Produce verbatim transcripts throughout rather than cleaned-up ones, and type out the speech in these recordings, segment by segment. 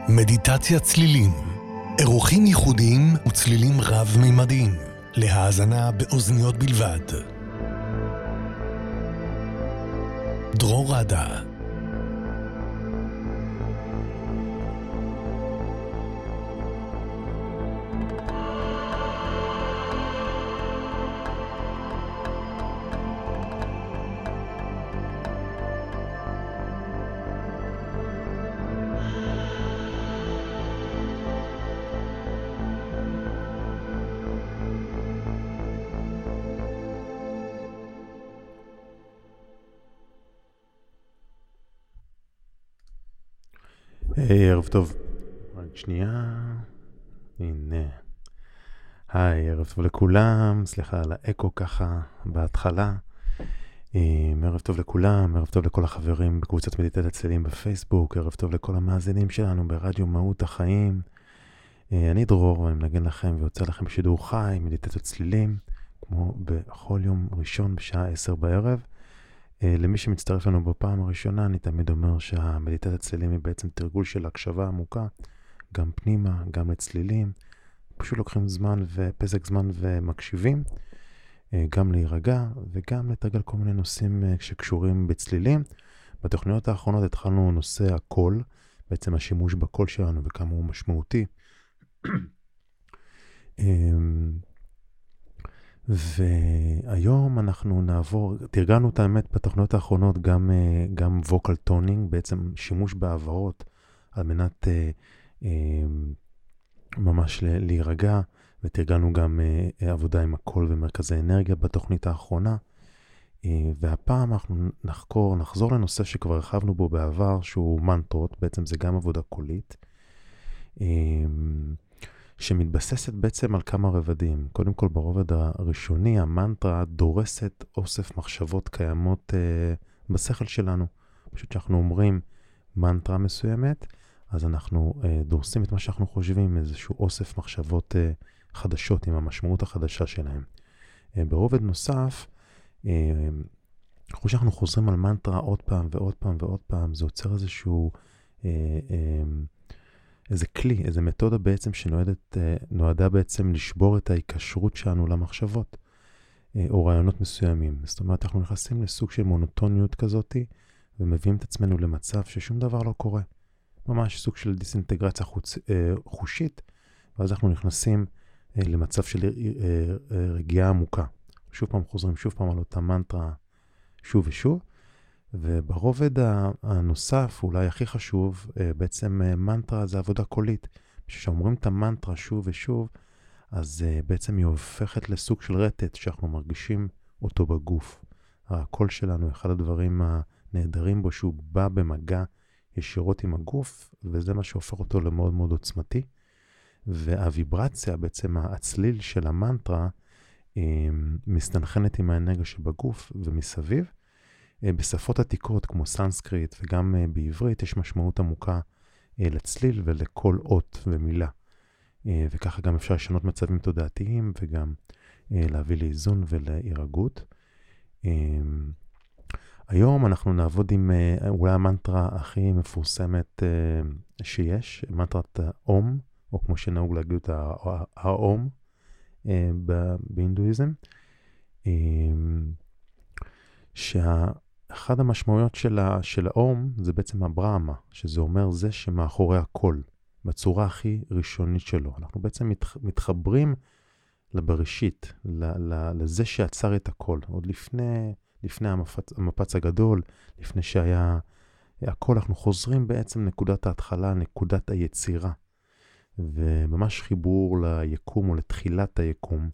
מדיטציה צלילים, אירוחים ייחודיים וצלילים רב-מימדיים, להאזנה באוזניות בלבד. דרור רדה. היי, ערב טוב. רק שנייה. הנה. היי, ערב טוב לכולם. סליחה על האקו ככה בהתחלה. ערב טוב לכולם, ערב טוב לכל החברים בקבוצת מדיטציה צלילים בפייסבוק, ערב טוב לכל המאזינים שלנו ברדיו מהות החיים. אני דרור ואני מנגן לכם ויוצא לכם בשידור חי, מדיטציות צלילים, כמו בכל יום ראשון בשעה עשר בערב. למי שמצטרף לנו בפעם הראשונה, אני תמיד אומר שהמדיטציה צלילים היא בעצם תרגול של הקשבה עמוקה, גם פנימה, גם לצלילים. פשוט לוקחים זמן ופסק זמן ומקשיבים, גם להירגע וגם לתרגל כל מיני נושאים שקשורים בצלילים. בתוכניות האחרונות התחלנו נושא הקול, בעצם השימוש בקול שלנו וכמה הוא משמעותי. והיום אנחנו נעבור, תרגלנו את האמת בתוכניות האחרונות גם, גם ווקל טונינג, בעצם שימוש בעברות על מנת ממש להירגע, ותרגלנו גם עבודה עם הקול ומרכזי אנרגיה בתוכנית האחרונה. והפעם אנחנו נחקור, נחזור לנושא שכבר הרחבנו בו בעבר, שהוא מנטרות, בעצם זה גם עבודה קולית. שמתבססת בעצם על כמה רבדים. קודם כל, ברובד הראשוני, המנטרה דורסת אוסף מחשבות קיימות uh, בשכל שלנו. פשוט שאנחנו אומרים מנטרה מסוימת, אז אנחנו uh, דורסים את מה שאנחנו חושבים, איזשהו אוסף מחשבות uh, חדשות עם המשמעות החדשה שלהם. Uh, ברובד נוסף, uh, אחרי שאנחנו חוזרים על מנטרה עוד פעם ועוד פעם ועוד פעם, זה יוצר איזשהו... Uh, uh, איזה כלי, איזה מתודה בעצם שנועדת, נועדה בעצם לשבור את ההיקשרות שלנו למחשבות, או רעיונות מסוימים. זאת אומרת, אנחנו נכנסים לסוג של מונוטוניות כזאת, ומביאים את עצמנו למצב ששום דבר לא קורה. ממש סוג של דיסאינטגרציה חוץ, חושית, ואז אנחנו נכנסים למצב של רגיעה עמוקה. שוב פעם חוזרים, שוב פעם על אותה מנטרה, שוב ושוב, וברובד הנוסף, אולי הכי חשוב, בעצם מנטרה זה עבודה קולית. כשאומרים את המנטרה שוב ושוב, אז בעצם היא הופכת לסוג של רטט שאנחנו מרגישים אותו בגוף. הקול שלנו, אחד הדברים הנהדרים בו, שהוא בא במגע ישירות עם הגוף, וזה מה שהופך אותו למאוד מאוד עוצמתי. והוויברציה, בעצם הצליל של המנטרה, מסתנכנת עם האנרגיה שבגוף ומסביב. בשפות עתיקות כמו סנסקריט וגם בעברית יש משמעות עמוקה לצליל ולכל אות ומילה. וככה גם אפשר לשנות מצבים תודעתיים וגם להביא לאיזון ולהירגעות. היום אנחנו נעבוד עם אולי המנטרה הכי מפורסמת שיש, מנטרת האום, או כמו שנהוג להגיד אותה, האום בהינדואיזם. שה... אחד המשמעויות של, ה, של האום זה בעצם הברהמה, שזה אומר זה שמאחורי הכל, בצורה הכי ראשונית שלו. אנחנו בעצם מתח, מתחברים לבראשית, ל, ל, לזה שעצר את הכל. עוד לפני, לפני המפץ, המפץ הגדול, לפני שהיה הכל, אנחנו חוזרים בעצם נקודת ההתחלה, נקודת היצירה. וממש חיבור ליקום או לתחילת היקום.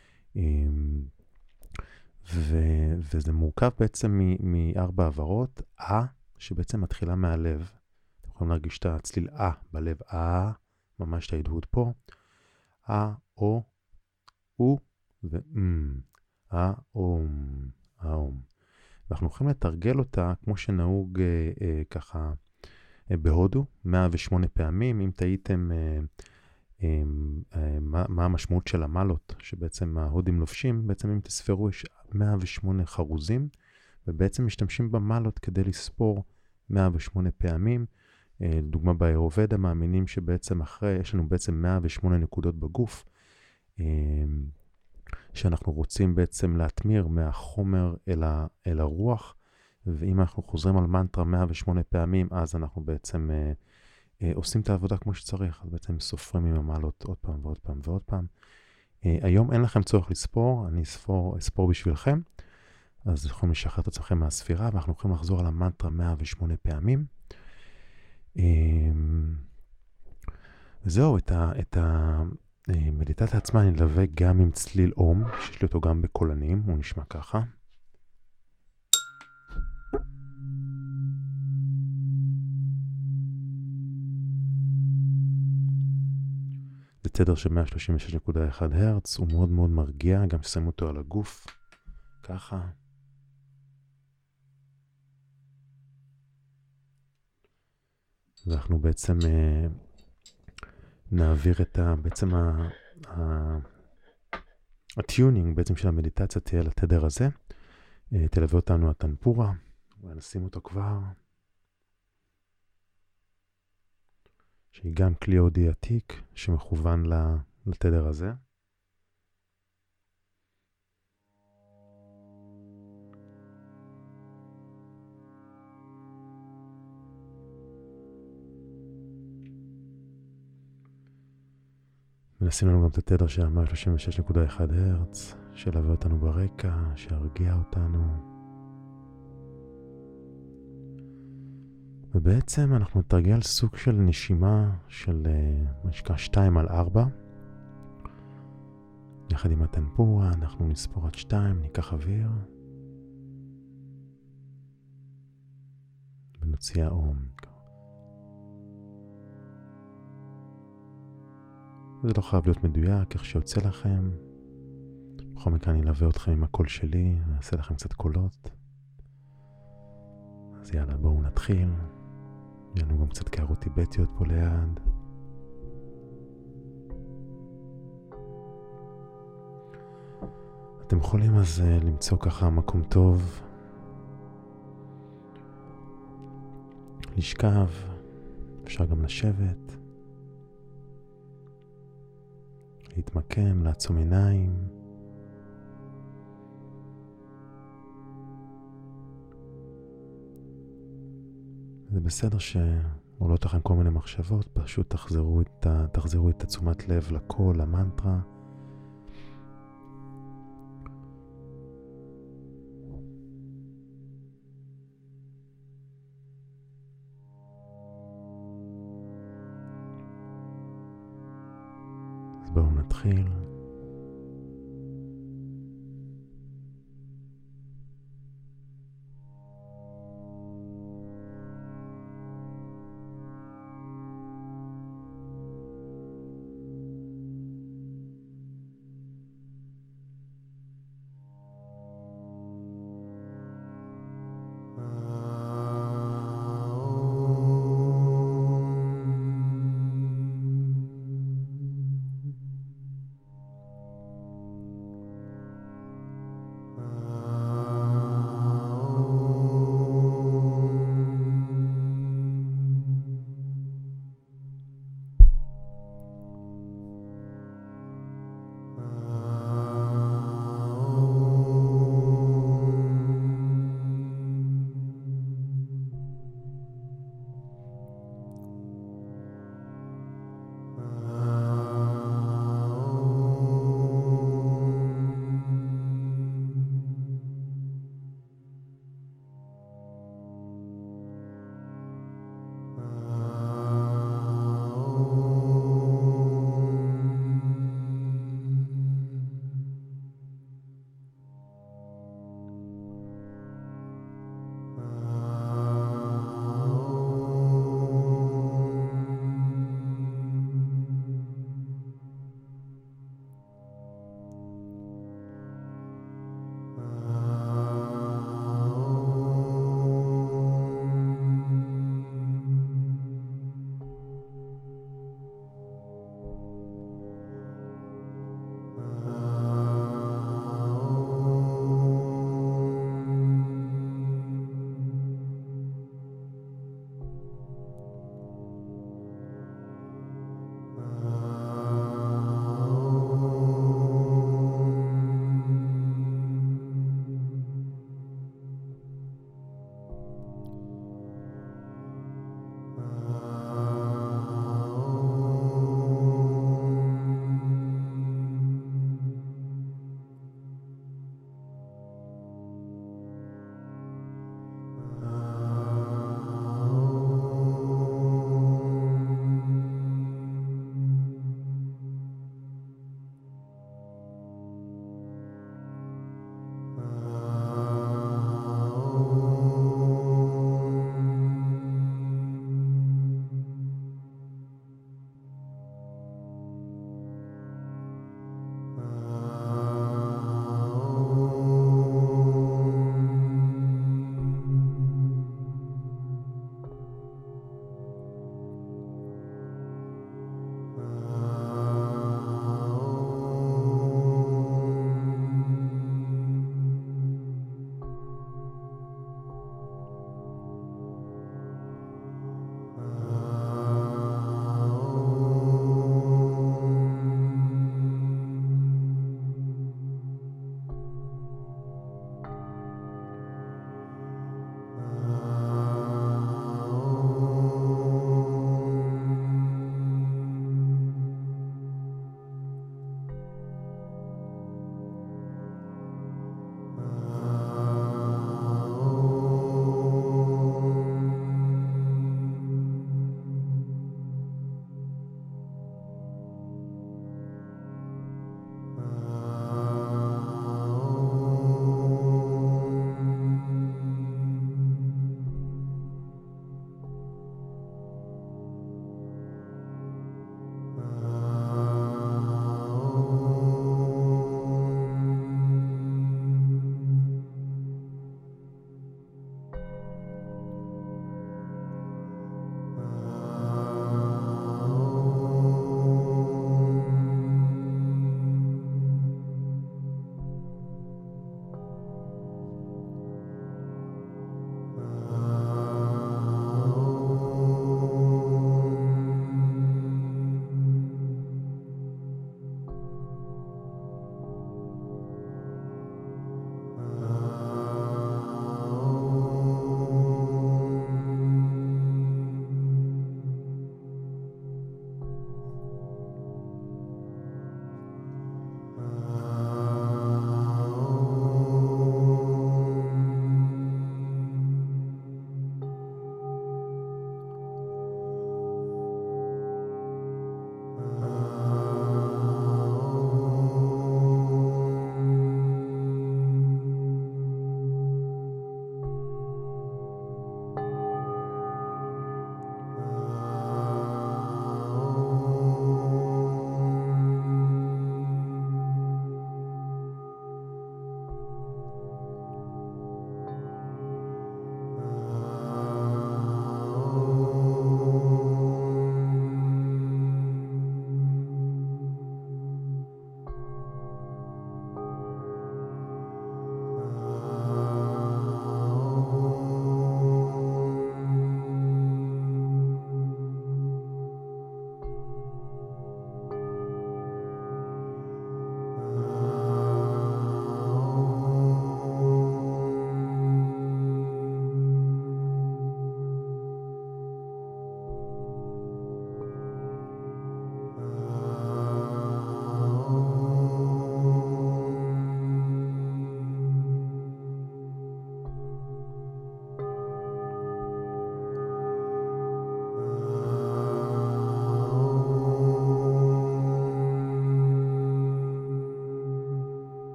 ו- וזה מורכב בעצם מ- מארבע עברות, אה, שבעצם מתחילה מהלב. אתם יכולים להרגיש את הצליל אה בלב, אה, ממש את ההדהוד פה, אה, או, או, ואם, אה, אום, האום. ואנחנו יכולים לתרגל אותה כמו שנהוג אה, אה, ככה אה, בהודו, מאה ושמונה פעמים. אם תהיתם אה, אה, אה, מה, מה המשמעות של המלות, שבעצם ההודים לובשים, בעצם אם תספרו יש מאה ושמונה חרוזים, ובעצם משתמשים במלות כדי לספור מאה ושמונה פעמים, לדוגמה באירובדה מאמינים שבעצם אחרי, יש לנו בעצם מאה ושמונה נקודות בגוף, שאנחנו רוצים בעצם להתמיר מהחומר אל, ה, אל הרוח, ואם אנחנו חוזרים על מנטרה מאה ושמונה פעמים, אז אנחנו בעצם אה, אה, עושים את העבודה כמו שצריך, אז בעצם סופרים עם המעלות עוד פעם ועוד פעם ועוד פעם. אה, היום אין לכם צורך לספור, אני אספור, אספור בשבילכם, אז יכולים לשחרר את עצמכם מהספירה, ואנחנו יכולים לחזור על המנטרה מאה ושמונה פעמים. אה, וזהו, את ה... את ה מדיטציה עצמה אני אלווה גם עם צליל אום, שיש לי אותו גם בקולנים, הוא נשמע ככה. זה תדר של מאה שלושים ושש נקודה אחת הרץ, הוא מאוד מאוד מרגיע, גם שמים אותו על הגוף, ככה. ואנחנו בעצם אה, נעביר את ה... בעצם ה... ה... הטיונינג בעצם של המדיטציה תהיה לתדר הזה. אה, תלווה אותנו הטנפורה, ונשים אותו כבר. שהיא גם כלי אודי עתיק שמכוון לתדר הזה. ונשים לנו גם את התדר של מאה שלושים ושש נקודה אחת הרץ, שלווה אותנו ברקע, שהרגיע אותנו. ובעצם אנחנו נתרגל סוג של נשימה של משקע שתיים על ארבע. יחד עם הטנפורה אנחנו נספור עד שתיים, ניקח אוויר. ונוציא האום. זה לא חייב להיות מדויק, איך שיוצא לכם. בכל מקרה אני אלווה אתכם עם הקול שלי, ואעשה לכם קצת קולות. אז יאללה, בואו נתחיל. יש לנו גם קצת קערות טיבטיות פה ליד. אתם יכולים אז uh, למצוא ככה מקום טוב. לשכב, אפשר גם לשבת. להתמקם, לעצום עיניים. זה בסדר שעולות לכם כל מיני מחשבות, פשוט תחזרו את, ה, תחזרו את תשומת לב לקול, למנטרה. אז בואו נתחיל.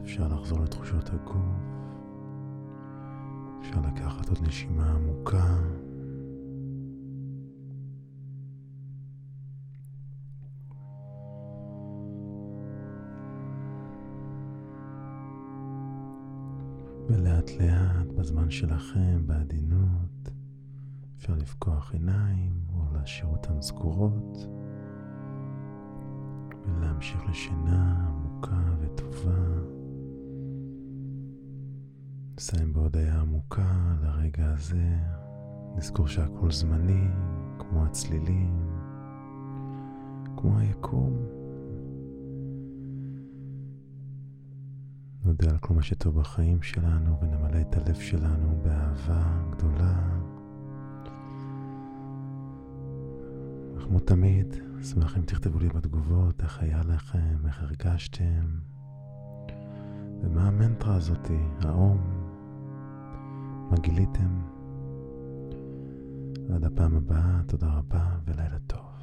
אפשר לחזור לתחושות הגוף. אפשר לקחת עוד נשימה עמוקה. ולאט לאט בזמן שלכם בעדינות אפשר לפקוח עיניים או להשאיר אותן סגורות ולהמשיך לשינה עמוקה וטובה. נסיים בהודעה עמוקה לרגע הזה. נזכור שהכל זמני, כמו הצלילים, כמו היקום. נודה על כל מה שטוב בחיים שלנו ונמלא את הלב שלנו באהבה גדולה. כמו תמיד, אשמח אם תכתבו לי בתגובות איך היה לכם, איך הרגשתם ומה המנטרה הזאתי, האום, מה גיליתם. עד הפעם הבאה, תודה רבה ולילה טוב.